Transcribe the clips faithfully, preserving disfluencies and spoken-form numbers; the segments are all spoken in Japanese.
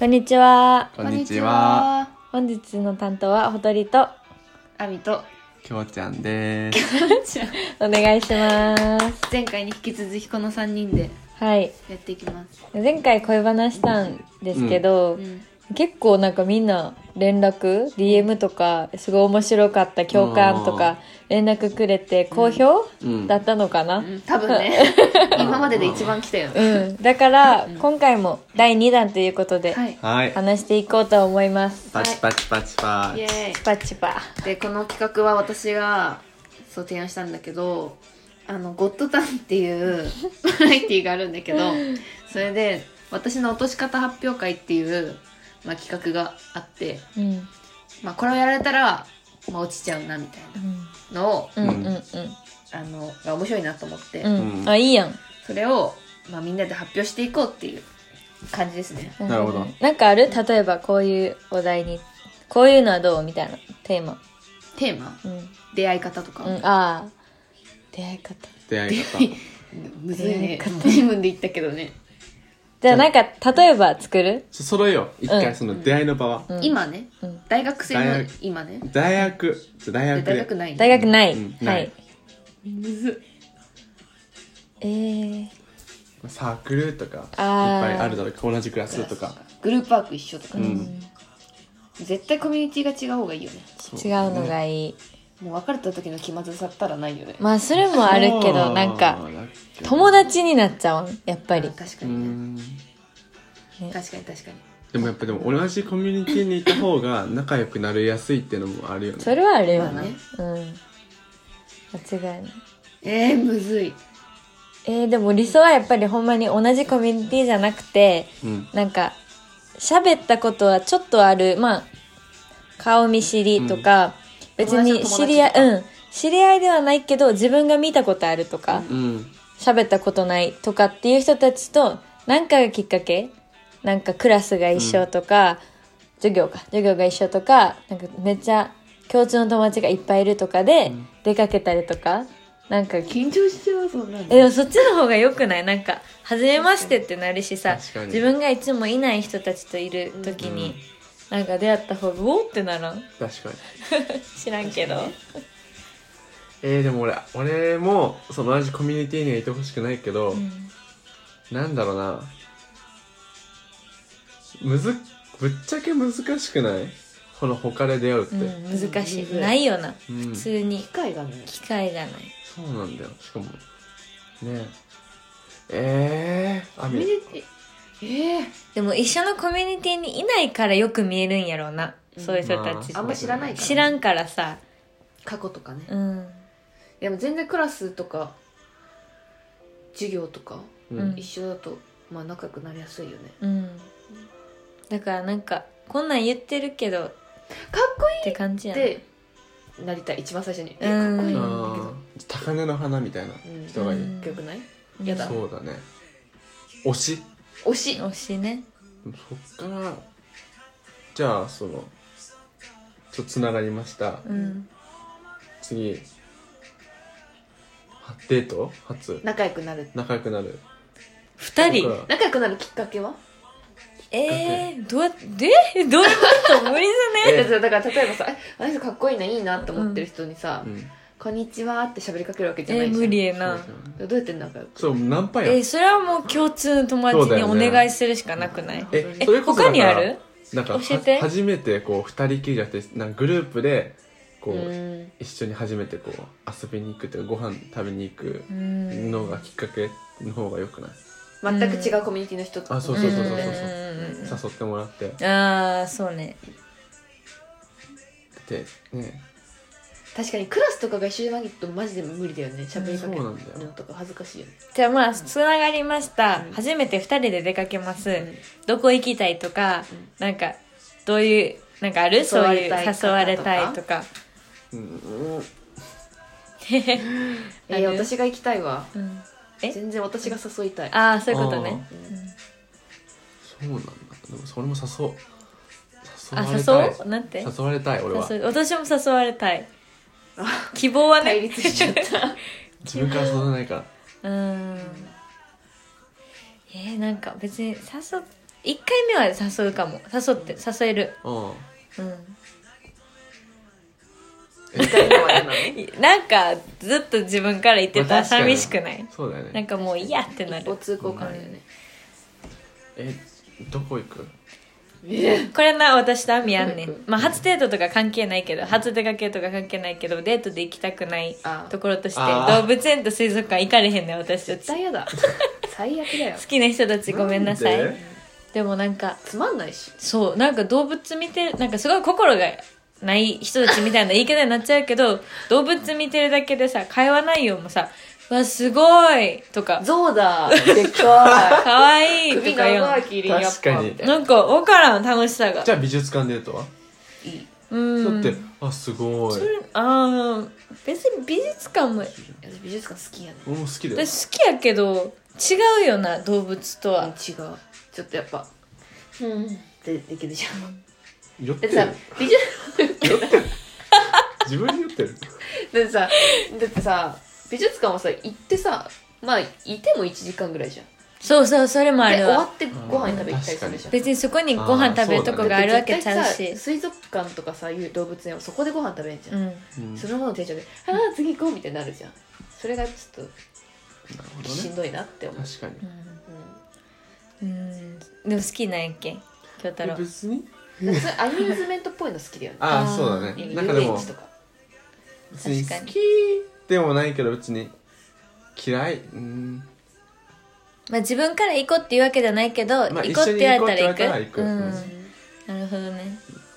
こんにちは。 こんにちは。 本日の担当はほとりとあみときょうちゃんです。 お願いします。 前回に引き続きこのさんにんではい。 やっていきます。 前回恋話したんですけど、 うん、 結構なんかみんな連絡 ディーエム とかすごい面白かった共感とか連絡くれて好評、 うん、 だったのかな、 うん、多分ね今までで一番来たよね。 うん、だから今回もだいにだんということではい。 話していこうと思います。 パチパチパチパチ。 イエーイ。 チパチパ。 でこの企画は私がそう提案したんだけど、あのゴッドタンっていうバラエティーがあるんだけど、それで私の落とし方発表会っていう、まあ、企画があって、 うんまあ、これをやられたら、まあ、落ちちゃうなみたいなのを、 うんうんうんあのが面白いなと思って、 うんうん、あ、いいやん。 それを、まあ、みんなで発表していこうっていう感じですね。 なるほど。 なんかある？例えばこういうお題にこういうのはどうみたいなテーマ。 テーマ、 うん、 出会い方とか、 うん、ああ出会い方出会い方。 むずいね。 出会い方自分で言ったけどね。 じゃあなんか例えば作る？ 揃えよう。一回その出会いの場は。 うん、 今ね、 うん、 大学生の大学今ね。 大学。大学で。 大学ない、ね、 大学ない、 うんはないい。 むずえー、 サークルとかいっあーぱいあるだろう。同じクラスとか。 グループワーク一緒とか、 うねん。 絶対コミュニティが違う方がいいよね。 違うのがいい。 もう別れた時の気まずさったらないよね。 まあそれもあるけどなんか友達になっちゃうんやっぱり。 う確かにん。 ね。確かに確かに。 でもやっぱでも同じコミュニティにいた方が仲良くなりやすいっていうのもあるよね。 それはあるよね。 まあねうん。間違いない。 えー、むずい。 えー、でも理想はやっぱりほんまに同じコミュニティじゃなくて、 うん。 なんか喋ったことはちょっとある、まあ顔見知りとか、うん、別に知り合い、うん、知り合いではないけど自分が見たことあるとか、 うん。 喋ったことないとかっていう人たちと何かがきっかけ、なんかクラスが一緒とか、うん、授業か授業が一緒とか、なんかめっちゃ共通の友達がいっぱいいるとかで出かけたりとか、なんか緊張しちゃう。そんなの。 えでもそっちの方が良くない？なんか初めましてってなるしさ、 確かに自分がいつもいない人たちといる時に、うん、なんか出会った方がおーってならん？ 確かに。 知らんけど。 えー、でも俺俺もその同じコミュニティにはいてほしくないけど、うん、なんだろうな、むずぶっちゃけ難しくない？この他で出会うって、 うん、難しい。ないよな、うん、普通に機会がない機会がない。 そうなんだよ。しかもねえー、 コミュニティえー、 でも一緒のコミュニティにいないからよく見えるんやろうな、うん、そういう人たちって、 まあ、あんま知らないから、ね、 知らんからさ、 過去とかね、 うん、 でも全然クラスとか授業とか、 うん、 一緒だとまあ仲良くなりやすいよね、 うん、だからなんかこんなん言ってるけどかっこいいって感じやねってなりたい。一番最初にえかっこいい、 あ高根の花みたいな人がいい、 うん、よくない？やだ。 そうだね。推し推し推しね。 そっからじゃあそのちょっとつながりました、 うん、 次デート初仲良くなる仲良くなる二人仲良くなるきっかけはえー、どうやってでどういうこと無理じゃねえだから例えばさあの人かっこいいないいなって思ってる人にさ、 うんこんにちはって喋りかけるわけじゃないじゃん。 えー、無理やな。 どうやって仲良く？ そうナンパやん。 えー、それはもう共通の友達にお願いするしかなくない？ ええそれこそ他にある？ なんか教えて。 初めてこう二人きりじゃなくてなんかグループでこう、 うん、 一緒に初めてこう遊びに行くっていうかご飯食べに行くのがきっかけの方がよくない？ 全く違うコミュニティの人と、 あそうそうそうそうそう、 うん、 誘ってもらってああそうねでね。 確かにクラスとかが一緒じゃないとマジで無理だよね。喋りかけるのとか恥ずかしいよね。 じゃあまあつながりました、うん、初めてふたりで出かけます、うん、どこ行きたいとか、うん、なんかどういうなんかある？そういう誘われたいとか、 うん、 えー、私が行きたいわ、 うん、え全然私が誘いたい。 ああそういうことね、 うん、そうなんだ。でもそれも誘う誘われたい。あ誘うなんて誘われたい俺は。 私も誘われたい。希望はね対立しちゃった自分から誘わないから。 うんえー、なんか別に誘っいっかいめは誘うかも。誘って誘える。 うんうんにかいめは嫌なの？ なんかずっと自分から言ってたらまあ確かに寂しくない？ そうだよね。 なんかもう嫌ってなる。 一方通行感あるよね。 えどこ行く？ えこれな、私とアミやんねどこ行ん。まあ初デートとか関係ないけど、初出かけとか関係ないけど、デートで行きたくないあところとしてあー動物園と水族館行かれへんねん、私たち。 絶対嫌だ。最悪だよ好。きな人たちごめんなさい。 なんででもなんか、 つまんないし。 そう、なんか動物見てる、なんかすごい心がない人たちみたいな言い方になっちゃうけど、動物見てるだけでさ、会話内容もさ、わ、すごいとか、 ゾウだ。でっかかわいい。 いと首か言う長いキリンやっぱ確かにみたいな。 なんかわからん、楽しさが。 じゃあ美術館デートは？ いい。 うん。 だってあすごい。 それああ、別に美術館も、 私美術館好きやね。 俺も好きだよ。 私好きやけど、違うよな、動物とは。 違う。ちょっとやっぱ、うんってできるじゃん。 酔ってるだってさ、美術、 自分に酔ってる。 だってさ、だってさ、美術館はさ、行ってさ、まあ、いてもいちじかんぐらいじゃん。 そうそう、それもあで、 るわ。 終わってご飯食べ行ったりするじゃん。 別にそこにご飯食べるとこがあるわけちゃうだってし。 絶対さ水族館とかさ、いう動物園はそこでご飯食べるじゃ。 うんん。 うんそのままのテンションで、ああ、次行こうみたいになるじゃん。それがちょっなるほとどね。 しんどいなって思う。 確かに。 うんうん。でも好きなんやっけ京太郎。 別に。 なんかそれアミューズメントっぽいの好きだよね。 あああーそうだね。 遊なんかでも園地とか。 別に確かに好きでもないけど別に嫌い。うん。 まあ自分から行こうっていうわけじゃないけど、 まあ行こうって言われたら行く。 一緒に行こうって言われたら行くうん。 うんなるほどね。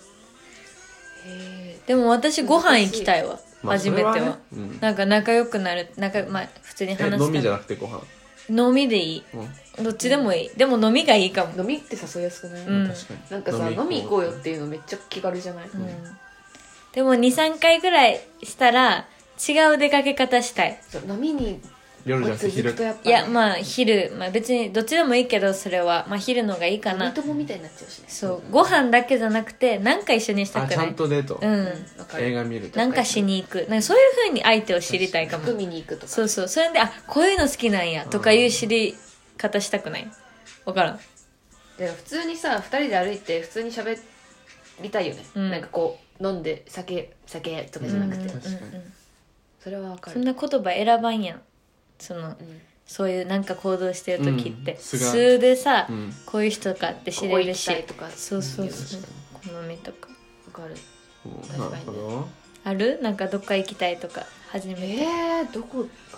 へでも私ご飯行きたいわ。 まあ初めては。 それねうんなんか仲良くなる、仲、まあ普通にえ話飲みじゃしたなくてご飯。 飲みでいい。 うん。 どっちでもいい。でも飲みがいいかも。 ー飲みって誘いやすくない、 うん確かに。 なんかさ、飲み行こうよっていうのめっちゃ気軽じゃない、 うん。でもに、さんかいぐらいしたら違う出かけ方したい。 そう飲みに夜じゃなくて昼続くと。やっぱ、 いや、まあ昼、まあ別にどっちでもいいけど、それは。まあ昼のがいいかな。 飲み友みたいになっちゃうしね。 そう。ご飯だけじゃなくて、なんか一緒にしたあちゃくない？ んとデート。 うん。 わかる。 映画見るとか。 なんかしに行く。なんかそういう風に相手を知りたいかも。 服見に行くとか。 そうそう。それで、あ、こういうの好きなんや、とかいう知り方したくない？わからん。 で普通にさ、二人で歩いて普通に喋りたいよね。 うんなんかこう、飲んで酒、酒とかじゃなくて。 うん確かにうんうんそれはわかる。 そんな言葉選ばんやん。その、 うんそういうなんか行動してる時って。 うん素が素でさ、 うん。 こういう人かって知ここ行れるし。 きたいとか。 そうそうそう確か。 好みとか。 わかる。 うんなるほど。 ある？なんかどっか行きたいとか、初めて。 えー、どこか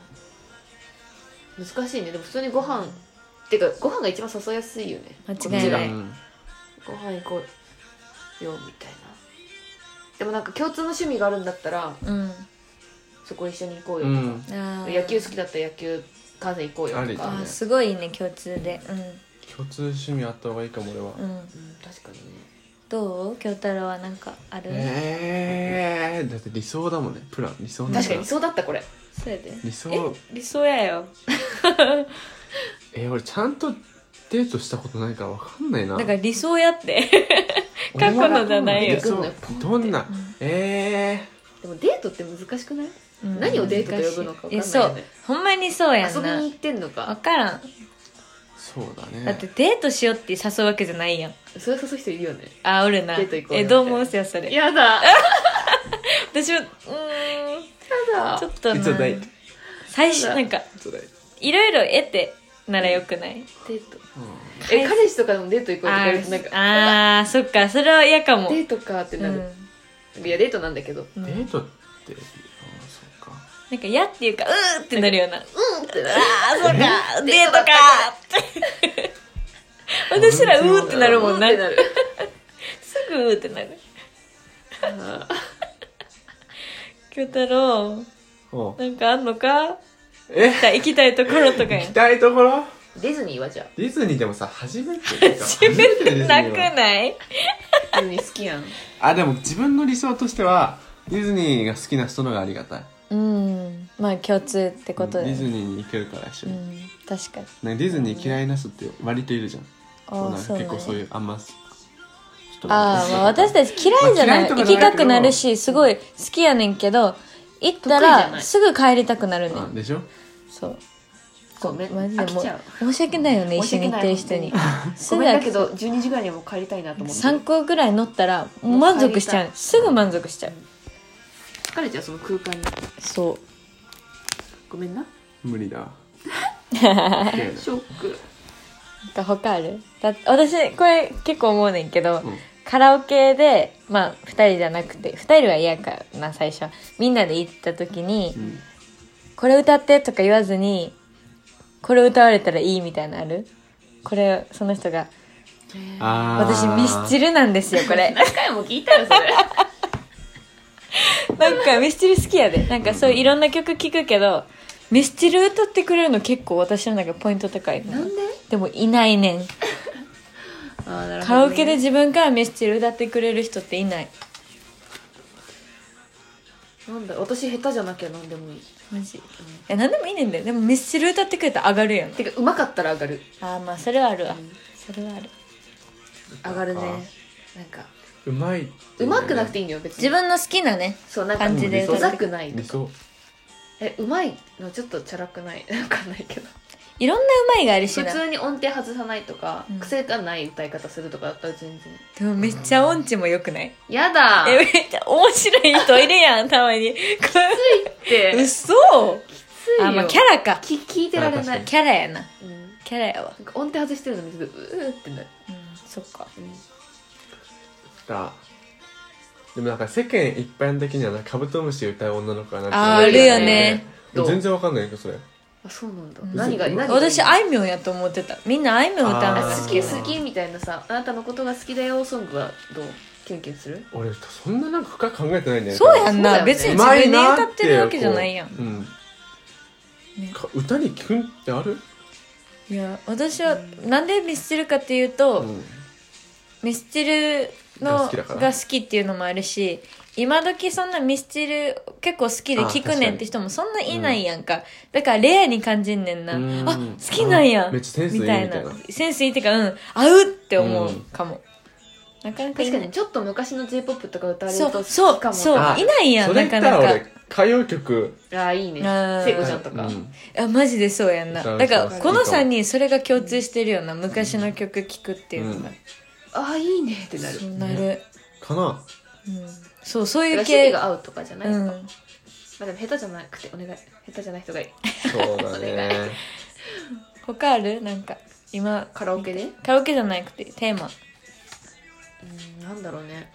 な。難しいね。でも普通にご飯、てかご飯が一番誘いやすいよね。 間違いないうんご飯行こうよみたいな。でもなんか共通の趣味があるんだったらうん。 そこ一緒に行こうよとか、 うん。 あー野球好きだったら野球観戦行こうよとか、 ありだねあー、すごいね、共通で。 共通趣味あった方がいいかも俺は。 うん。うん。 うん、確かにね。 どう？京太郎はなんかある？ ええだって理想だもんね。プラン理想なんだ確かにそうだったこれ。 そうやで。 理想。 え、理想やよ。 え俺ちゃんとデートしたことないからわかんないな。 だから理想やって。過去のじゃないよ理想どんなえでもデートって難しくない？ うん何をデートと呼ぶのか分かんないよね。 やそう。ほんまにそうやんな。 遊びに行ってんのわか。 からん。 ー、そうだね。 だってデートしようって誘うわけじゃないやん。 そういう誘う人いるよね。 あ、おるな。 デート行こうよえ、どう思うすよ、それ。 やだ。 私も、うーん、 やだ。 ちょっとな。 It's a date 最初、 やだなんか、 そうだよいろいろ得てならよくない？ デート。 うえ、彼氏とかでもデート行こうとかあ言うとなんか、 ーあー、そっか、それは嫌かも。 デートかってうなる。 ん。 いや、デートなんだけど。 うんんデートってああそっか。 なんか嫌っていうか、うーってなるような。 うんってなる。 あー、そうか、デートかーって。私らうーってなるもんな。すうんってなる。 ぐうーってなる。京太郎、 おうなんかあんのか？ え行きたいところとかやん。 行きたいところディズニーはじゃあ。 ディズニーでもさ初めてっていうか初めて初めてディズニなくーはない？ ディズニー好きやん。 あでも自分の理想としてはディズニーが好きな人のがありがたい。 うん。まあ共通ってことデで。 ィズニーに行けるから一緒に、 うん、確かに。 ね、ディズニー嫌いな人って割といるじゃん。こうなんかそうね結構そういうあんま人ああ、まあ私たち嫌いじゃない。 まあ嫌いとか行きじゃないけどたくなるし、すごい好きやねんけど、行った得意じゃないらすぐ帰りたくなるねん。 あでしょ。 そう。 そうめマジでもう飽きちゃう。 申し訳ないよね、一緒に行ってる人にすぐ飽きごめんだけどじゅうにじぐらいにはもう帰りたいなと思ってさんこぐらい乗ったらもう満足しちゃう、すぐ満足しちゃう、 疲れちゃうその空間に。 そうごめんな。 無理だショック。 なんか他ある？だ私これ結構思うねんけど、 うんカラオケでまあふたりじゃなくてふたりは嫌かな最初みんなで行った時に、 うん、 これ歌ってとか言わずにこれ歌われたらいいみたいなのある？これその人があ私ミスチルなんですよこれ何回も聞いたよそれ。 なんかミスチル好きやで、なんかそういろんな曲聴くけどミスチル歌ってくれるの結構私の中ポイント高い。 なんで？ でもいないねん。 あーなるほどね、 カラオケで自分からミスチル歌ってくれる人っていない。 なんだ私下手じゃなきゃ何でもいい。 マジ、うん、え何でもいいねんだよ。でもミスチル歌ってくれたら上がるやん。 てかうまかったら上がる。 あーまあそれはあるわ、 うん、 それはある。 上がるね。なんかうまい、ね、 うまくなくていいんだよ別に。 自分の好きなねそうなんか感じでうざくないとか。 理想。 えうまいのちょっとチャラくないわかんないけど。 いろんなうまいがあるしな。 普通に音程外さないとか、 うん、 癖がない歌い方するとかだったら全然。 でもめっちゃ音痴もよくない？ やだえめっちゃ面白い人いるやんたまに。 きついって嘘。 きついよ。 あまあキャラか。 き聞いてられない。 キャラやな、 うん、 キャラやわ。 なんか音程外してるの見ててうーってなる。 うんそっか、 うんだでもなんか世間一般的にはなんかカブトムシ歌う女の子はなんてあーあるよね。 全然わかんないけどそれ。 あそうなんだ、 うん、 何が何が私あいみょんやと思ってた。みんなあいみょん歌うの好好き。 き好きみたいなさ、あなたのことが好きだよソングはどう？キュンキュンする？ 俺そんななんか深く考えてないんだよね。 そうやんな、 ね、 別に自分で歌ってるわけじゃないやん、 うん、 ね、 歌にキュンってある？ いや私はなんでミスチルかっていうと、うん、ミスチルのが好きが好きっていうのもあるし、今時そんなミスチル結構好きで聴くねんって人もそんないないやんか、うん、だからレアに感じんねんな。 んあ好きなんやめっちゃセンスいいみたいな、 センスいいってかうん合うって思うかも、うん、なかなか確かにちょっと昔の J-ポップ とか歌われると好きそうかも。 そうそういないやん。 それ言ったら俺歌謡曲ああいいね聖子ちゃんとか、うん、 あマジでそうやんな。だからこのさんにんそれが共通してるような、昔の曲聴くっていうのが、うん、 ああいいねってなる。 そうなる、ね、 かな、 うん、そうそういう系が合うとかじゃないですか、うん、まあでも下手じゃなくてお願い、下手じゃない人がいい。 そうだね他ある？なんか今カラオケで？ カラオケじゃなくてテーマ。 うんなんだろうね。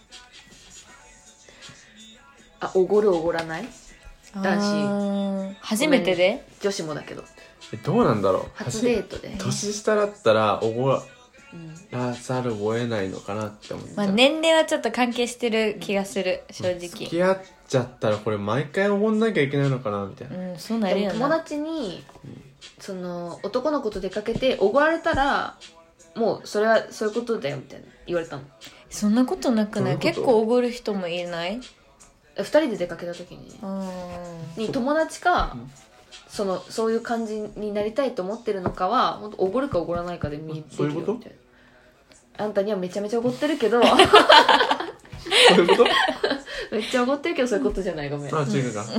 あおごるおごらない男子初めてで？ 女子もだけどどうなんだろう。 初デートで年下だったらおごらざるを得ないのかなって思っちゃう、 まあ、年齢はちょっと関係してる気がする正直。 付き合っちゃったらこれ毎回おごんなきゃいけないのかなみたいな、 うん、そうなるよな。 友達に、うん、その男の子と出かけておごられたらもうそれはそういうことだよみたいな言われたの。 そんなことなくない？結構おごる人もいない？ ふたりで出かけた時にに友達か、うん、そのそういう感じになりたいと思ってるのかは本当おごるかおごらないかで見えてるよみたいな。あんたにはめちゃめちゃおごってるけどそういうことめっちゃおごってるけどそういうことじゃない。ごめん。 あ違うか違う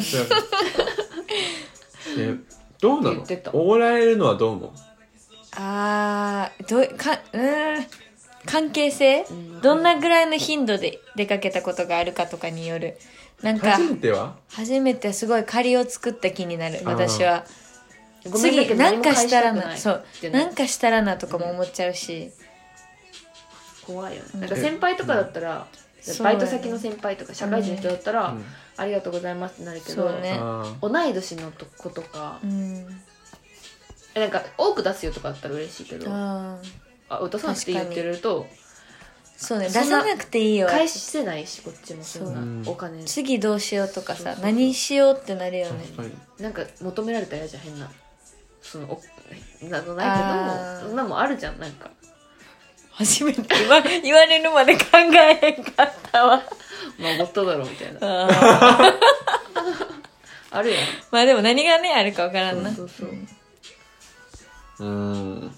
えどうなの？おごられるのはどう思う？ あーどうかうん関係性、うん、どんなぐらいの頻度で出かけたことがあるかとかによる。なんか初めては初めてすごい借りを作った気になる私は。次なんかしたらなそうなんかしたらなとかも思っちゃうし、 うん、怖いよね。なんか先輩とかだったら、うん、バイト先の先輩とか社会人の人だったら、うん、ありがとうございますってなるけど、 ね、 同い年の子とか、 うん、 なんか多く出すよとかだったら嬉しいけど、ああ歌さんって言ってるとそうね出さなくていいよ。 返せないしこっちもそんなお金次どうしようとかさ、そうそうそう何しようってなるよね。 なんか求められたら嫌じゃん変なそのおなどないけどそんなもんあるじゃん。なんか初めて言わ, 言われるまで考えへんかったわまあもっとだろうみたいなあ, あるやん。 まあでも何がねあるか分からんな。 そうそうそううん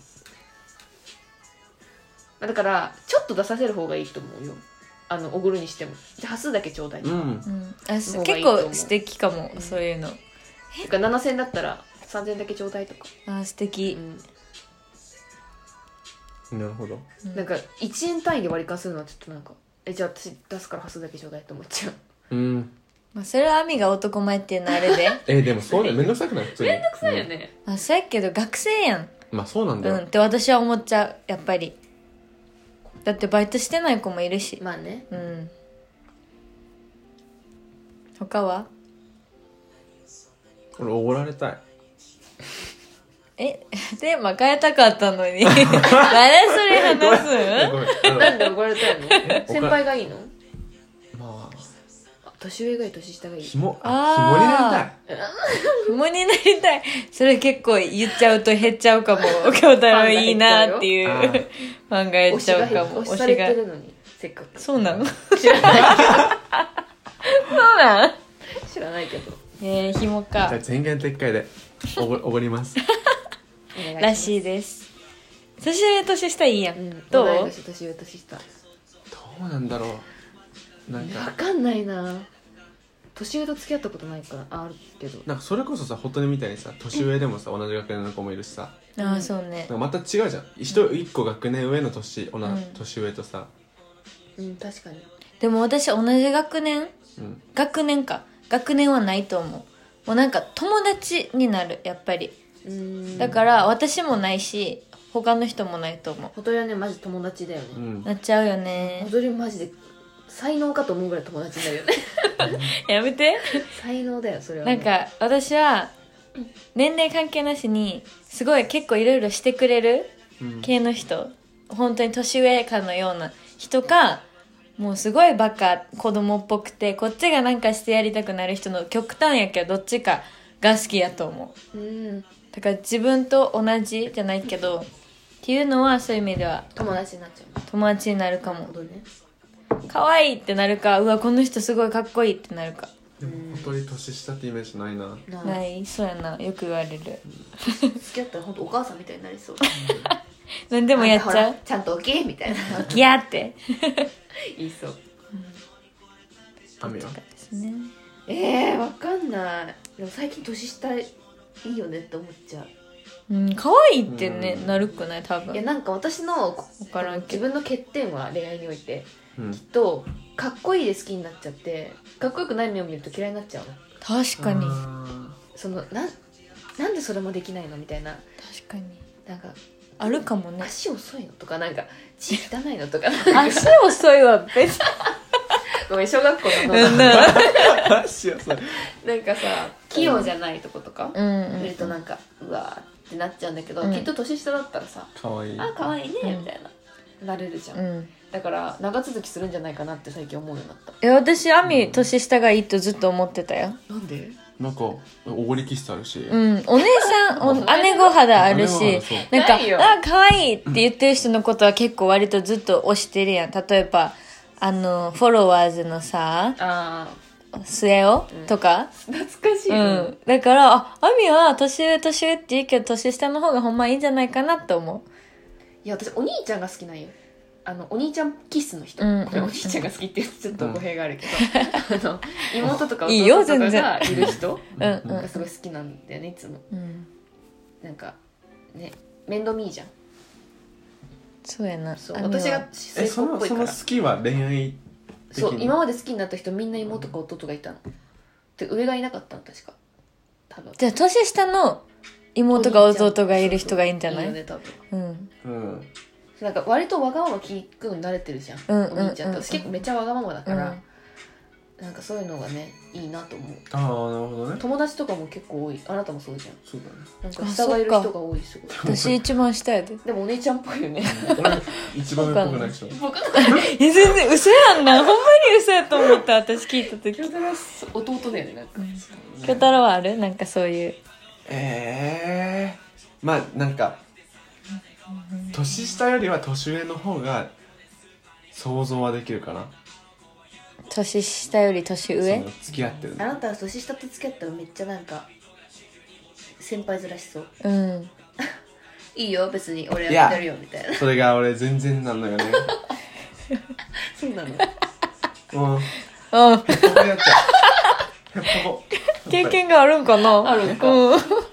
だからちょっと出させる方がいいと思うよ。あのおごるにしても端数だけちょうだいとか、うんうん、あ結構素敵かも、うん、そういうの。 えかななせんだったらさんぜんえんだけちょうだいとか、 あー素敵、 うん、 なるほど。 なんかいちえん単位で割り勘するのはちょっとなんかえじゃあ私出すから端数だけちょうだいって思っちゃう。 うん。 まあ、それは亜美が男前っていうのあるでえーでもそうね、めんどくさくない普通に。めんどくそうよね、 あそうやけど学生やんまあそうなんだよ。 うんって私は思っちゃうやっぱり。だってバイトしてない子もいるし。 まあね。 うん他は俺おごられたい。 えテーマ変えたかったのに誰それ話ごすめんあのなんで怒られたいの？先輩がいいの？ まああ年上がいい年下がいい？ ひもあーあひもになりたい。 紐になりたい。それ結構言っちゃうと減っちゃうかも。京太郎いいなっていうファンが減っファンが減っちゃうかも。 推しされてるのにせっかく。 そうなの知らないそうなん知らないけど。 えー、紐じゃあか全言撤回でおごおごります。 らしいです。年上年下いいやん、 うん、 どう同い年年上年下。 どうなんだろう。なんかわかんないな。年上と付き合ったことないからあるけど。 なんかそれこそさ、ホットネみたいにさ、年上でもさ同じ学年の子もいるしさ、 ああそうねなんかまた違うじゃん。一一個学年上の年おな、 うん年上とさ、 うん確かに。 でも私同じ学年うん、 学年か学年はないと思う。もうなんか友達になるやっぱり。 うーん。 だから私もないし他の人もないと思ほとりはねマジ友達だよね。 うんう。なっちゃうよねほとりマジで才能かと思うぐらい友達になるよね。 やめて才能だよそれは、ね。 なんか私は年齢関係なしにすごい結構いろいろしてくれるうん系の人、本当に年上かのような人か、もうすごいバカ子供っぽくてこっちがなんかしてやりたくなる人の極端やけどどっちかが好きやと思う。 うんだから自分と同じじゃないけどっていうのはそういう意味では友達になっちゃう。 友達になるかも。 なるほどね。 可愛いってなるか、うわこの人すごいかっこいいってなるか。 でも本当に年下ってイメージないな。 なないそうやな、よく言われる。 付き合ったら本当お母さんみたいになりそう。 何でもやっちあんたほらゃう。 ちゃんと起きみたいな。 ギャーって言いそう。 アミはですね。 えー、わかんない。でも最近年下いいよねって思っちゃう。 うん可愛いってね、 うんなるくない多分。 いやなんか私の分からんけど自分の欠点は恋愛においてうんとかっこいいで好きになっちゃってかっこよくない目を見ると嫌いになっちゃうの。 確かにあそのなんなんでそれもできないのみたいな。 確かになんかあるかもね。 足遅いのとかなんか血汚いのとか足遅いは別にごめん小学校のうん脳ー足やそれ。 なんかさ器用じゃないとことかうん見るとなんかうわーってなっちゃうんだけど、 うんきっと年下だったらさ可愛い。 あ可愛いねうんみたいな、なれるじゃん、 うんだから長続きするんじゃないかなって最近思うようになった。 え私アミ年下がいいとずっと思ってたよ。 なんで？ なんかおごりキスあるし。 うんお姉さんお姉御肌あるし姉御肌そうなんかないよあ可愛いって言ってる人のことは結構割とずっと推してるやん。例えばあのフォロワーズのさあ末男とか、 あ懐かしい、 うん、だからあアミは年上年上って言うけど年下の方がほんまいいんじゃないかなって思いや私お兄ちゃんが好きなんよ。あのお兄ちゃんキスの人、 うんこれお兄ちゃんが好きって言うとちょっと語弊があるけど、あの妹とかいいよ弟とか全然がいる人う。うんうんがすごい好きなんだよねいつも。 うんなんかね面倒見いいじゃん。 そうやな。 そうアミは私がえ末っそのその子っぽいから好きは恋愛的に。 そう今まで好きになった人みんな妹か弟がいたの。で上がいなかったの確か多分。 じゃあ年下の妹が弟がいる人がいいんじゃない？ いいよね多分。 うんうん。 なんか割とわがまま聞くのに慣れてるじゃん、 うんうんうんお兄ちゃんと。私結構めっちゃわがままだから、 うんなんかそういうのがねいいなと思う。 ああなるほどね。 友達とかも結構多い。あなたもそうじゃん。 そうだね。 なんか下がいる人が多いすごい。 私一番下やで。 でもお姉ちゃんっぽいよね。 俺一番上っぽくない人。 僕のえ全然嘘やんな。ほんまに嘘やと思った私聞いた時。 京太郎弟だよねなんか。 京太郎はあるなんかそういう。 ええー、まあなんか年下よりは年上の方が想像はできるかな。 年下より年上その付き合ってるあなたは年下と付き合ったらめっちゃなんか先輩面しそう。 うんいいよ別に俺いややってるよみたいな。 それが俺全然なんのよね。 そうなの。 うんうんへっぽこやっちゃうへっぽこ経験があるんかなあるんかうんいや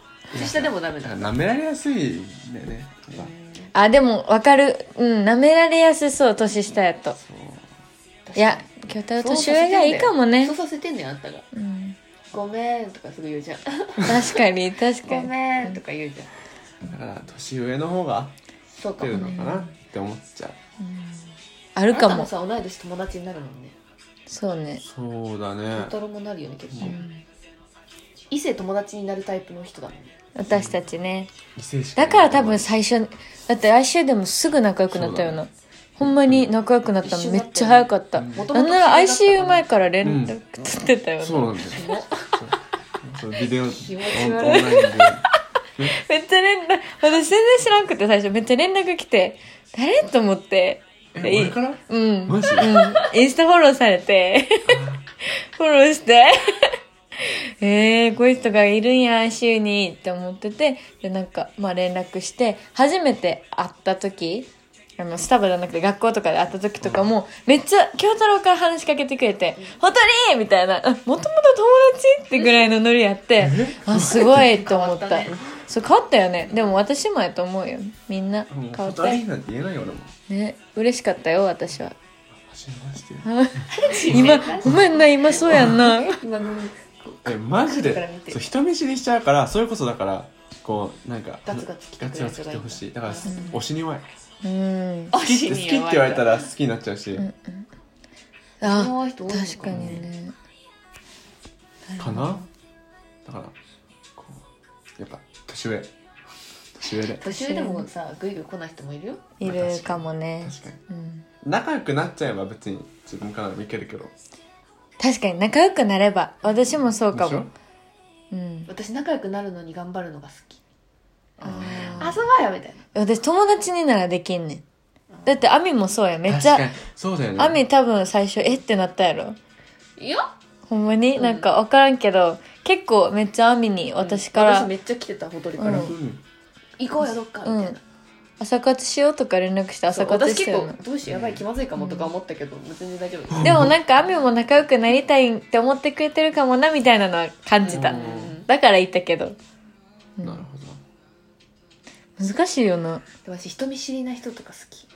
年下でもダメだ。 舐められやすいんだよねやっぱあでも分かる。うん舐められやすそう年下やと。いや京太郎年上がいいかもね。 そうさせてんねんあんたが、 うん、 ごめんとかすぐ言うじゃん確かに確かごに。 めんとか言うじゃん。 だから年上の方がそうかもね。 出るのかなって思っちゃう。 あるかも。 あなたもさ同い年友達になるもんね。 そうね。 そうだね。 京太郎もなるよね結構、異性友達になるタイプの人だもんね。 私たちね。 異性しかだから多分最初だって来週でもすぐ仲良くなったような。ほんまに仲良くなったのめっちゃ早かった。 うんなんなら アイシーユー 前から連絡取ってたよね。 そうなんだよ。そうビデオオン気持オち悪いンラインでめっちゃ連絡私全然知らんくて最初めっちゃ連絡来て誰と思って。 えで俺からうんマジうんインスタフォローされてフォローしてえー、こういう人がいるんや週にって思っててでなんかまあ連絡して初めて会った時あのスタバじゃなくて学校とかで会った時とかもめっちゃ京太郎から話しかけてくれて「ほとり!」みたいな「もともと友達?」ってぐらいのノリやってあすごいと思った変わったねそう変わったよね。でも私もやと思うよみんなもう変わったよ二人なんて言えないよ俺も。 ね嬉しかったよ私は。 初めまして。 今ごめんな今そうやんな今のえマジでから見てそう人見知りしちゃうからそれこそだからこうなんかガツガツ来てガツガくれる人がいいツ来てほしい。だからうん推しに弱い。 うん好きって好きって言われたら好きになっちゃうし、 うんあああ人多いの確かにねかな。だからこうやっぱ年上年上で年上でもさグイグイ来ない人もいるよ。 いるかもね。 確かにうん仲良くなっちゃえば別に自分からもいけるけど。 確かに仲良くなれば私もそうかでしょも。うん私仲良くなるのに頑張るのが好き。 あ遊ーばよみたいな。 私友達にならできんねん。だってアミもそうやめっちゃ確かにそうだよね。 アミ多分最初えってなったやろ。 いやほんまに、 うんなんか分からんけど結構めっちゃアミに私から、 私めっちゃ来てたほとりから、 うんうん行こうよどっかみたいな、 朝活しようとか連絡してそう朝活私結したよな。 構どうしようやばい気まずいかもとか思ったけど、全然大丈夫。 でもなんかアミも仲良くなりたいって思ってくれてるかもなみたいなのは感じた、 うんだから言ったけどなるほど。 難しいよなで私人見知りな人とか好き。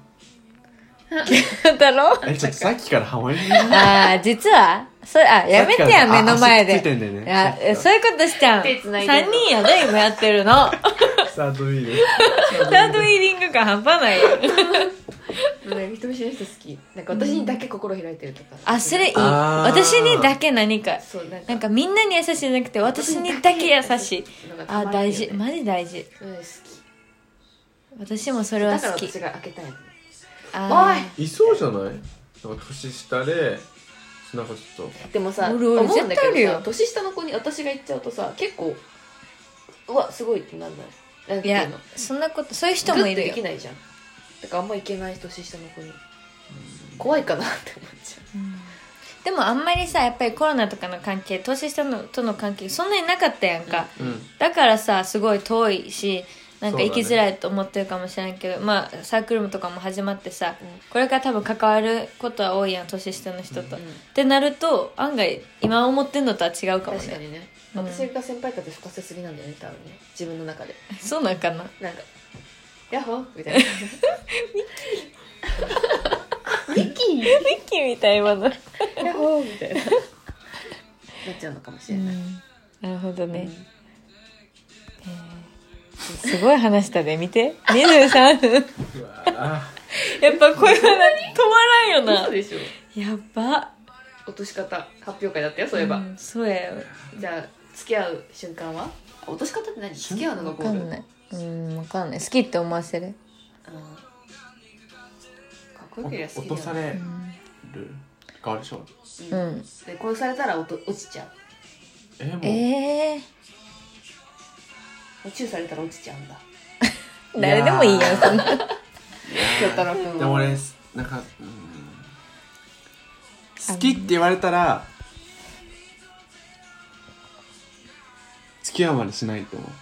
だろえちょっとさっきからハモリああ実はそれあやめてや目の前で足ついてんだよねいやえそういうことしちゃう手繋いでさんにんやで今やってるのサードウィールサードウィーリング感半端ないよなんか人見知りな人好き。なんか私にだけ心開いてるとか、 あそれいいあー私にだけ何かそうなんかなんかみんなに優しいじゃなくて私にだけ優しいのがたまあらんよね大事マジ大事それ好き。 私もそれはだから好き私が開けたいの。 あおいそうじゃないなんか年下でなんかちょっとでもさおるおる思うんだけ絶対あるよどさ年下の子に私が言っちゃうとさ結構うわすごいってなんない。なんーいうやていのそんなことそういう人もいるよグッとできないじゃん。だからあんまいけない年下の子に怖いかなって思っちゃでもあんまりさやっぱりコロナとかの関係年下のとの関係そんなになかったやんか、 うんだからさすごい遠いしなんかそうだね生きづらいと思ってるかもしれんけど、まあサークルとかも始まってさ、 うんこれから多分関わることは多いやん年下の人と、 うんってなると案外今思ってんのとは違うかう。 もね確かにね、 うん私が先輩風吹かせすぎなんだよね多分ね自分の中で。 そうなんかななんかヤッホーみたいな。ミッキーミッキーみたい今の、 ヤッホーみたいななっちゃうのかもしれない。 なるほどね、 うんすごい話したで見てにじゅうさんふんうわやっぱこれは止まらんよな嘘でしょ。 やば落とし方発表会だったよそういえば、 んそうやよじゃあ付き合う瞬間はあ落とし方って何？付き合うのがゴール。 分かんないうん分かんない好きって思わせるうんかっこよけりゃ好きだよ落とされる変わるでしょ。 うんで殺されたら落と落ちちゃう。 えもうええチューされたら落ちちゃうんだ。 ー、誰でもいいやんそんな京太郎君はでも俺なんか、うん、好きって言われたら付き合うまでしないと思う。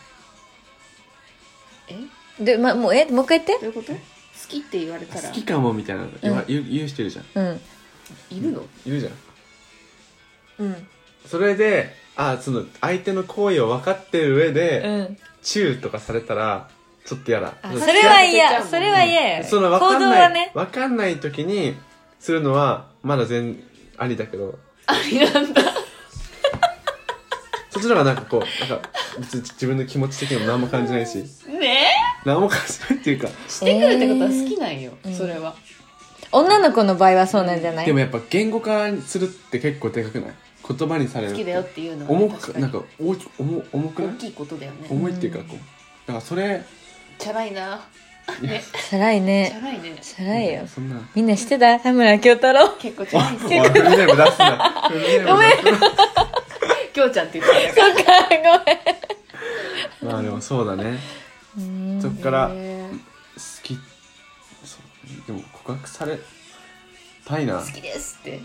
えで、ま、もうえもう一回言っどういうこと？好きって言われたら好きかもみたいなの言わ、 うん言う言う人いるじゃん。 てうんいるの？ いるじゃん。 うんそれであその相手の行為を分かってる上で、 うん、 チューとかされたらちょっと嫌だ。 それは嫌、それは嫌や、 その分か行んない動はね分かんない時にするのはまだ全ありだけど、 ありなんだそっちの方がなんかこうなんか別に自分の気持ち的にも何も感じないしね何も感じないっていうか、 してくるってことは好きなんよ、 えー、 それは女の子の場合はそうなんじゃない？ でもやっぱ言語化するって結構でかくない？言葉にされる好きだよっていうのは重くなんか大き重重くない？ 大きいことだよね。 重いっていうかこうだからそれチャラいなね、 チャラいね、 チャラいね、 チャラいよ、 そんなみんな知ってた？田村京太郎結構チャラいですおいフルネーム出すなフルネームごめん出すなきょうちゃんって言ってたそっか、ごめん。 まあでもそうだね。そっから好へーきそうでも告白されたいな。 好きですって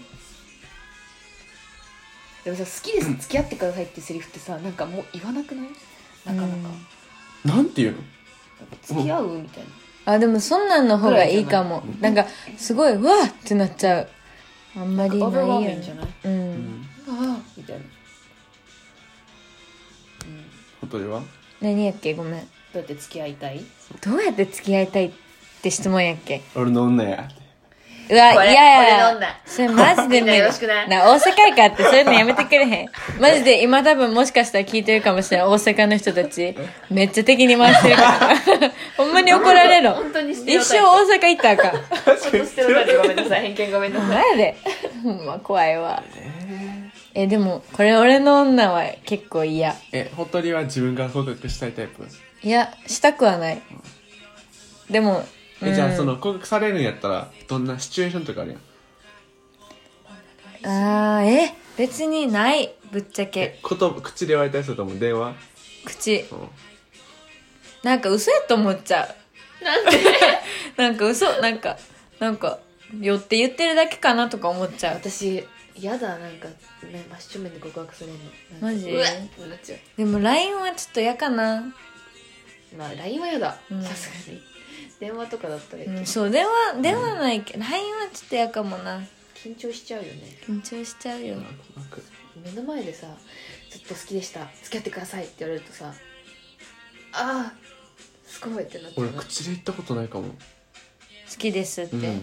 でもさ、好きです付き合ってくださいってセリフってさ、なんかもう言わなくない？なかなか、 なんていうの？ 付き合うみたいな。 あ、でもそんなんの方がいいかも。なんかすごいうわーってなっちゃう。あんまりないオーバーワーよミングじゃない？ う。 うんんああみたいな。 ほとりは何やっけ、ごめん。 どうやって付き合いたい？ どうやって付き合いたいって質問やっけ。 俺の女や。 うわ、いこれやい俺のや女それマジでみんなよろしくねな、大阪かってそういうのやめてくれへん。マジで今多分もしかしたら聞いてるかもしれない大阪の人たち。めっちゃ敵に回してるからほんまに怒られる。 本当にステレ一オタイプ生大阪行ったらあかん。 本当ステレオタイプごめんなさい、偏見ごめんなさい。 なんでほんま怖いわ。え、でもこれ俺の女は結構嫌。 え、ほとりは自分が告白したいタイプ？ いや、したくはない。でも、 え、じゃあうんその告白されるんやったらどんなシチュエーションとかあるやん。 あー、え、別にない。ぶっちゃけえ、こと口で言われたりすると思う。電話？ 口うんなんか嘘やと思っちゃう。 なんでなんか嘘、なんかなんかよって言ってるだけかなとか思っちゃう。 私やだ、なんか、ね、真正面で告白されるのなんかマジうわっってなっちゃう。 でも ライン はちょっと嫌かな。 まあ ライン はやだ、 うんさすがに電話とかだったらいいけど、 うん、そう、電話電話ないけど ライン はちょっと嫌かもな。 緊張しちゃうよね。 緊張しちゃうよ。 告白目の前でさ、ずっと好きでした付き合ってくださいって言われるとさ、ああすごいってなっちゃう俺な。 口で言ったことないかも。 好きですって、 うん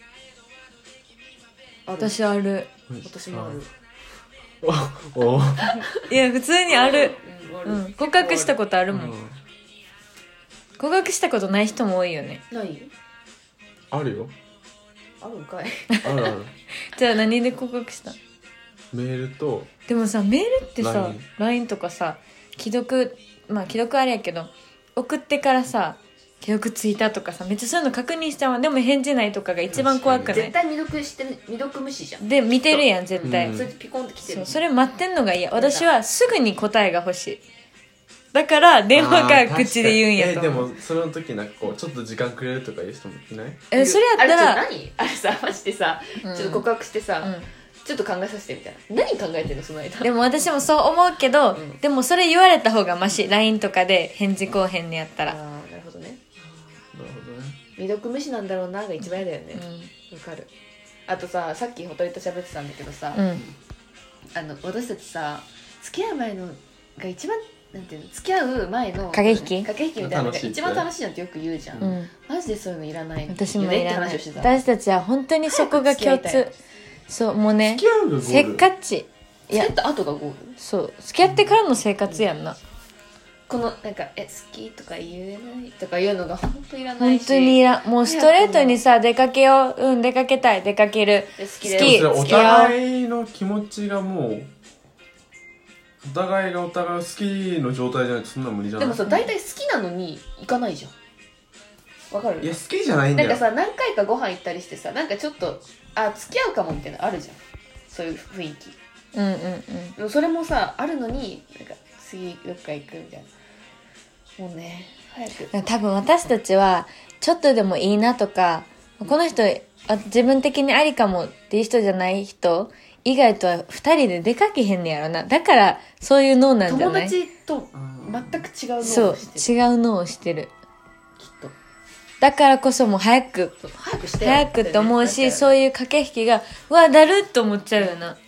ある私ある。 私もある。 おおいや普通にある。 うん、あるうん、告白したことあるもん、 うん告白したことない人も多いよね。 ないあるよ。 あるんかいあるある。 じゃあ何で告白した？ メールとでもさ、メールってさラインライン とかさ、既読、まあ既読あれやけど送ってからさ既読ついたとかさ、めっちゃそういうの確認しちゃうわ。でも返事ないとかが一番怖くない？ 絶対未読してる、未読無視じゃん。 で見てるやん絶対、 うんそれでピコンって来てる。 そう、それ待ってんのが嫌。私はすぐに答えが欲しい。だから電話か口で言うんやとえで思う。 もその時なんかこうちょっと時間くれるとかいう人もいない？ えそれやったらあれちょっと何あれさマジでさ、 うんちょっと告白してさ、 うんちょっと考えさせてみたいな。何考えてんのその間。 でも私もそう思うけど、 うんでもそれ言われた方がマシ。 ライン とかで返事こうへんのやったあら。 ーなるほどね。 なるほどね。 未読無視なんだろうなが一番嫌だよね。 うわかる。あとさ、さっきほとりと喋ってたんだけどさ、 ん、うん、 あの私たちさ、付き合う前のが一番なんていうの、付き合う前の駆け引き駆け引きみたいなのが楽しいって一番楽しいなんてよく言うじゃん。 うん、 マジでそういうのいらない。 私もいよねってらない。 話をしてた。 私たちは本当にそこが共早く付き合い通。そう、もうね付き合うがゴールせっかち。いや付き合った後がゴール。 そう、付き合ってからの生活やんな。 このなんかえ好きとか言えないとかいうのが本当いらないし。 本当にいらん。もうストレートにさ、出かけよう。うん、出かけたい。出かける。 で好き好きででもそれお付き合互いの気持ちがもうお互いがお互いを好きの状態じゃないとそんな無理じゃない？ でもさ、大体好きなのに行かないじゃん。わかる？ いや好きじゃないんだよ。 なんかさ、何回かご飯行ったりしてさ、なんかちょっとあ付き合うかもみたいなのあるじゃん、そういう雰囲気。 うんうんうん。 でもそれもさあるのに、なんか次どっか行くみたいな。もうね、早く。 多分私たちはちょっとでもいいなとか、この人あ自分的にありかもっていう人じゃない人以外とは二人で出かけへんねやろな。だからそういう脳なんじゃ友ない？ 達と全く違うのをそう、 してる。 違う脳をしてる。 きっとだからこそもう早くそう早くしてよ早くって思うし、 うそういう駆け引きがうわだるっと思っちゃうよな。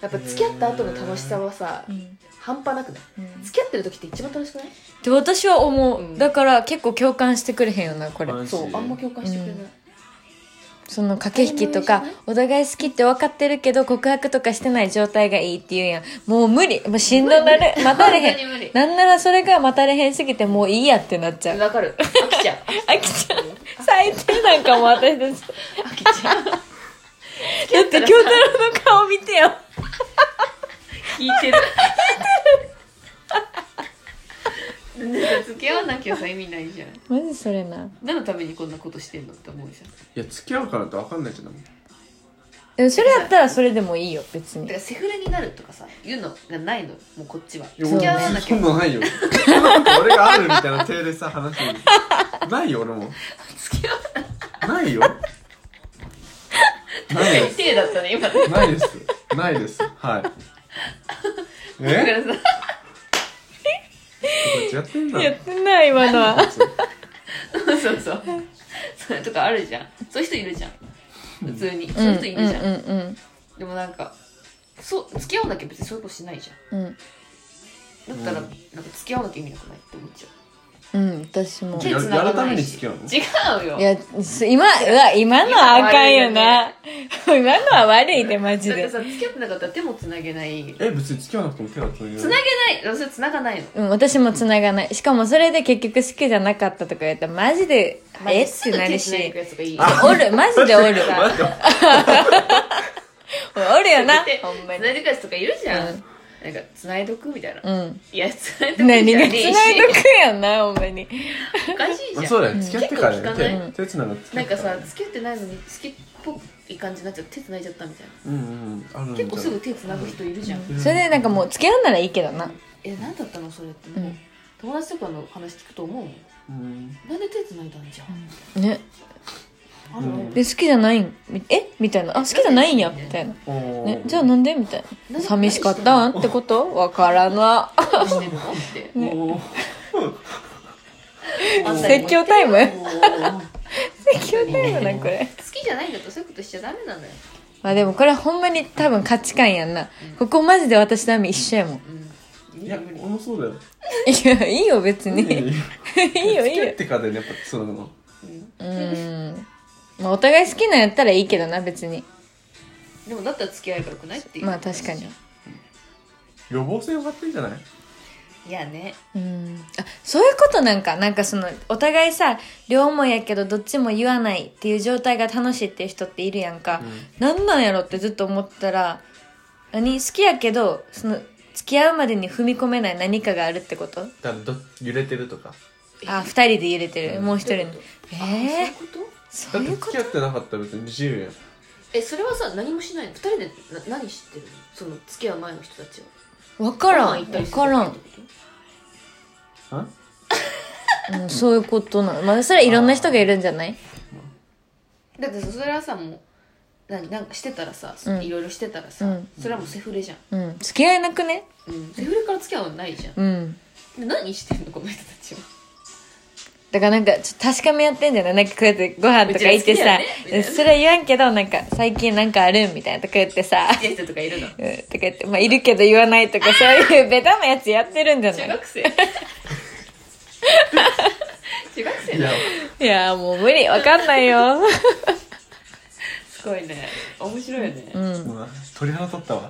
やっぱ付き合った後の楽しさはさ、 うん半端なくない、 うん付き合ってる時って一番楽しくない？ で私は思う、 うんだから結構共感してくれへんよなこれ。 マジそうあんま共感してくれない、 うんその駆け引きとかお互い好きって分かってるけど告白とかしてない状態がいいって言うやん。もう無理、もうしんどなる、待たれ本当に無理へん。なんならそれが待たれへんすぎてもういいやってなっちゃう。 わかる、飽きちゃう飽きちゃう。最低なんかもう私たち。 飽きちゃうだって京太郎の顔見てよ。 聞いてるなんか付き合わなきゃさ意味ないじゃん。 マジそれな。 何のためにこんなことしてんのって思うじゃん。 いや付き合うかなんて分かんないじゃん。 でもそれやったらそれでもいいよ別にだからセフレになるとかさ言うのがないの、もうこっちは。 いや付き合わなきゃそんなのないよ。なんか俺があるみたいな体でさ話してる。ないよ俺も。 付き合わないよ。ないないです。 手だったね今ね。 ないです。ないです。はい。 だかえ？ らさこっちやってんだ。 やってない今のは。 そうそうそうそれとかあるじゃん。そういう人いるじゃん普通に、そういう人いるじゃん、 うんうんうんでもなんかそう付き合わなきゃ別にそういうことしないじゃん。 うんだったら、なんか付き合わなきゃ意味なくないって思っちゃう。 うん私も。 やるやるために付き合うの？ 違うよ。 いやす今うわ今のはあかんよな。今のは悪いでマジで。 だってさ付き合ってなかったら手もつなげない。 え別に付き合わなくても手はつなげる。 つなげない。それつながないの。 うん私も繋がない。しかもそれで結局好きじゃなかったとか言ったらマジでえってなるし。 すぐ手つないでいくやつがいい。 おるマジでおる。 待っておるよなでほんまに。 つないでいくやつとかいるじゃん。 うんなんかつないどくみたいな。 うんいやつないどくじゃ何がねえし。 繋いどくやんなほんまに。 おかしいじゃん。 まあそうだよ付き合ってから結構聞かないね手手つながってなんかさ付き合ってないのに好きっぽい感じになっちゃって手つないじゃったみたいな。 うんうんあるんじゃ結構すぐ手つなぐ人いるじゃん。 うんそれでなんかもう付き合うならいいけどな。 え何だったのそれってもう、 うん友達とかの話聞くと思うもん。 うんなんで手つないだんじゃん。 ね。 あるので好きじゃないんえみたいな。あ好きじゃないんやみたいな。 おーね、じゃあなんでみたいな。 何寂しかったんってことわからな。 何してるのって。 おーあんたにも説教タイム言ってよ説教タイムなんこれ。 好きじゃないんだとそういうことしちゃダメなのよ。 まあでもこれほんまに多分価値観やんな。ここマジで私とアミ一緒やもん。 うん。 いや無理無理俺もそうだよ。 いや、いいよ別に。いいよいいよ付き合っ。てからだよねやっぱつなぐの。 うんうん。まあお互い好きなんやったらいいけどな別に。 でもだったら付き合えばよくないっていう。 まあ確かに。 予防線上がってんじゃない？ いやね。 うん。あ、そういうことなんか。なんかその、お互いさ、両思いやけどどっちも言わないっていう状態が楽しいっていう人っているやんか。なんなんやろってずっと思ったら、何好きやけど、その、付き合うまでに踏み込めない何かがあるってことだからど揺れてるとか。 あ、二人で揺れてる。もう一人の。えあそういうー、 こと？ そういうことだって付き合ってなかったら別に自由やん。 えそれはさ何もしないの？二人でな何知ってるの？その付き合う前の人たちは。 わからん。わご飯行ったりするからん。 ってこあうん、そういうことなの。まあ、それはいろんな人がいるんじゃない？ とだってさそれはさもう何なんかしてたらさ、 うんいろいろしてたらさ、 うんそれはもうセフレじゃん。 うん。付き合えなくね？ うん。セフレから付き合うのないじゃん。 うん。 で何してんのこの人たちは。 だからなんか、ちょっと確かめやってんじゃない？なんかこうやってご飯とか行ってさ、 うちら好きだよねみたいなそれは言わんけど、なんか最近なんかあるみたいなとか言ってさ、 付き合う人とかいるの？ うん、とか言って、まあいるけど言わないとか、そういうベタなやつやってるんじゃない？ 中学生中学生いやだよ。 いや、もう無理。わかんないよ。 すごいね面白いよね、 うん。 うわ鳥肌立ったわ。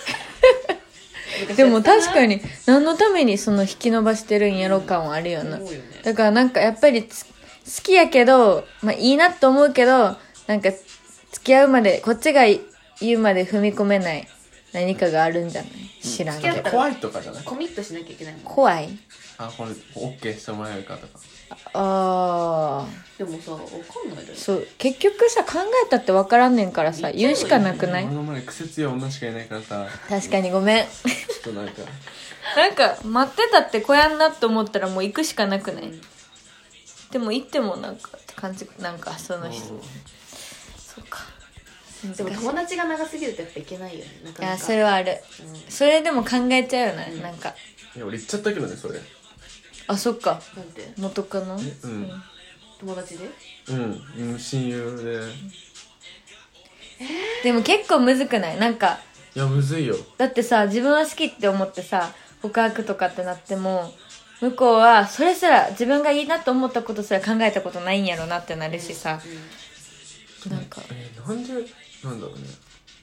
でも確かに、何のためにその引き伸ばしてるんやろ感はあるよな。 思うよね。 だからなんかやっぱりつ好きやけど、まあいいなと思うけど、なんか付き合うまで、こっちが言うまで踏み込めない何かがあるんじゃない？知らんけど付き合っ。たら怖いとかじゃない？ コミットしなきゃいけないもん。 怖い？ あこれオッケーしてもらえるかとか。 あでもさわかんないだあ。 よ。 そう。結局さ、考えたって分からんねんからさ、言うしかなくない？ 俺の前に癖強い女しかいないからさ確かにごめん。 ちょっとなんかなんか、待ってたってこやんなって思ったらもう行くしかなくない？でも行ってもなんかって感じ、なんかその人。そうか。 でも友達が長すぎるとやっぱいけないよね。なかなかいや、それはある。 うんそれでも考えちゃうよな、 うんなんか。 いや俺言っちゃったけどねそれ。 あ、そっか。 なんて元カノ？ うん友達でうん親友で。 でも結構むずくない？なんか、 いやむずいよ。 だってさ、自分は好きって思ってさ告白とかってなっても、向こうはそれすら自分がいいなと思ったことすら考えたことないんやろなってなるしさ、なんかえー、なんでなんだろうね。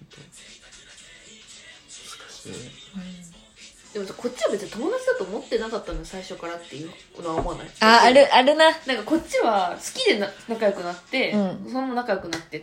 難しい。 でもさ、こっちは別に友達だと思ってなかったの最初からっていうのは思わない？ ああるあるな。 なんかこっちは好きでな仲良くなって、 うんそのまま仲良くなってって、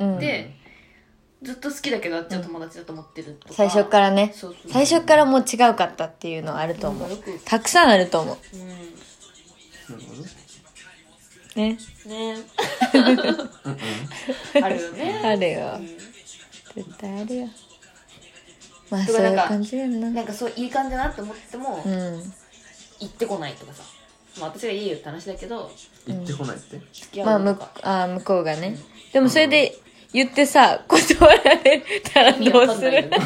ずっと好きだけどあっちは友達だと思ってるとか、 最初からね。 そうそうそう、 最初からもう違うかったっていうのはあると思う。 なんかよくたくさんあると思う。 うんなるほどね。 ねうんうんあるよね。 あるよう。ん絶対あるよ。まあそういうとかなんか感じやんな。 なんかそういい感じだなって思っても、 うん。 行ってこないとかさ、まあ私がいいよって話だけど行ってこないって。 付きまあむ合うとか、 あ向こうがね。でもそれで言ってさ断られたら意味どうする？ わかんないよね。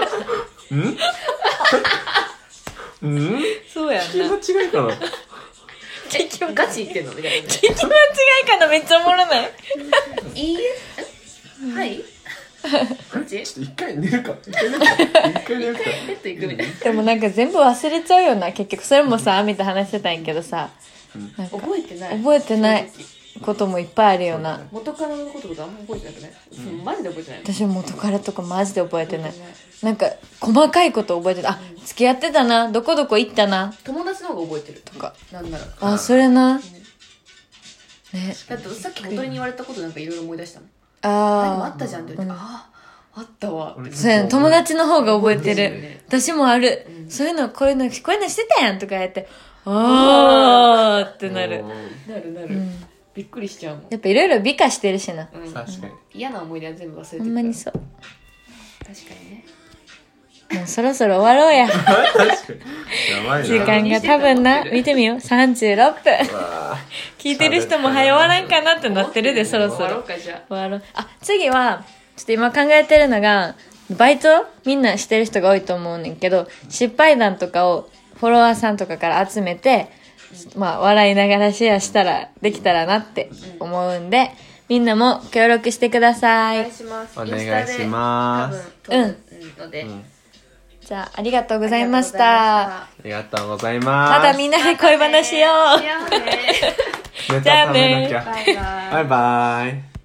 うんうんそうやん気持ちがいいかな。 結局ガチ言ってんのみたいなね。 聞き間違いかな、めっちゃおもろない？ いいええはいガチちょっと一回寝るか。一回寝るか。一回寝るか。 ペット行くみたいな。 でもなんか全部忘れちゃうよな、結局。それもさ、アミと話してたんやけどさ、なんか覚えてない覚えてない正直こともいっぱいあるよな。 元カノのこととかあんま覚えてなくない？うん、マジで覚えてない。 私も元彼とかマジで覚えてない覚えてない。 なんか細かいこと覚えてた。あ、付き合ってたな、どこどこ行ったな友達の方が覚えてるとか。 なんなら。 あ、それな。ね。 だってさっき小鳥に言われたことなんかいろいろ思い出したもん。何もああったじゃんって言って、 うんああったわって。 あ、そうやん、友達の方が覚えてる。 覚えてるよね私もある、 うんそういうの、こういうの、こういうのしてたやんとかやって、あーってなる。 なるなる、 うん。 びっくりしちゃうもん。 やっぱいろいろ美化してるしな。 うん、 確かに。 嫌な思い出は全部忘れてるほんまにそう。 確かにね。 もうそろそろ終わろうや。 確かに。やばいな。 時間が多分な、見てみよう。さんじゅうろっぷん。 わあ聞いてる人も早終わらんかなってなってるで、そろそ終わろうろ。 かじゃ終わろう。あ、次は、ちょっと今考えてるのが、バイトみんなしてる人が多いと思うねんけど、失敗談とかをフォロワーさんとかから集めて、まあ、笑いながらシェアしたら、できたらなって思うんで、みんなも協力してくださあ。お願いい。します。 お願いしますインスタで多分撮るので、 うんじゃあ、ありがとうございましあた。 ありがとうございます。 またみんなで恋話しよう。 しようね。 ネタじゃあ食べなねきゃ。 バイバイ。 バイバイ。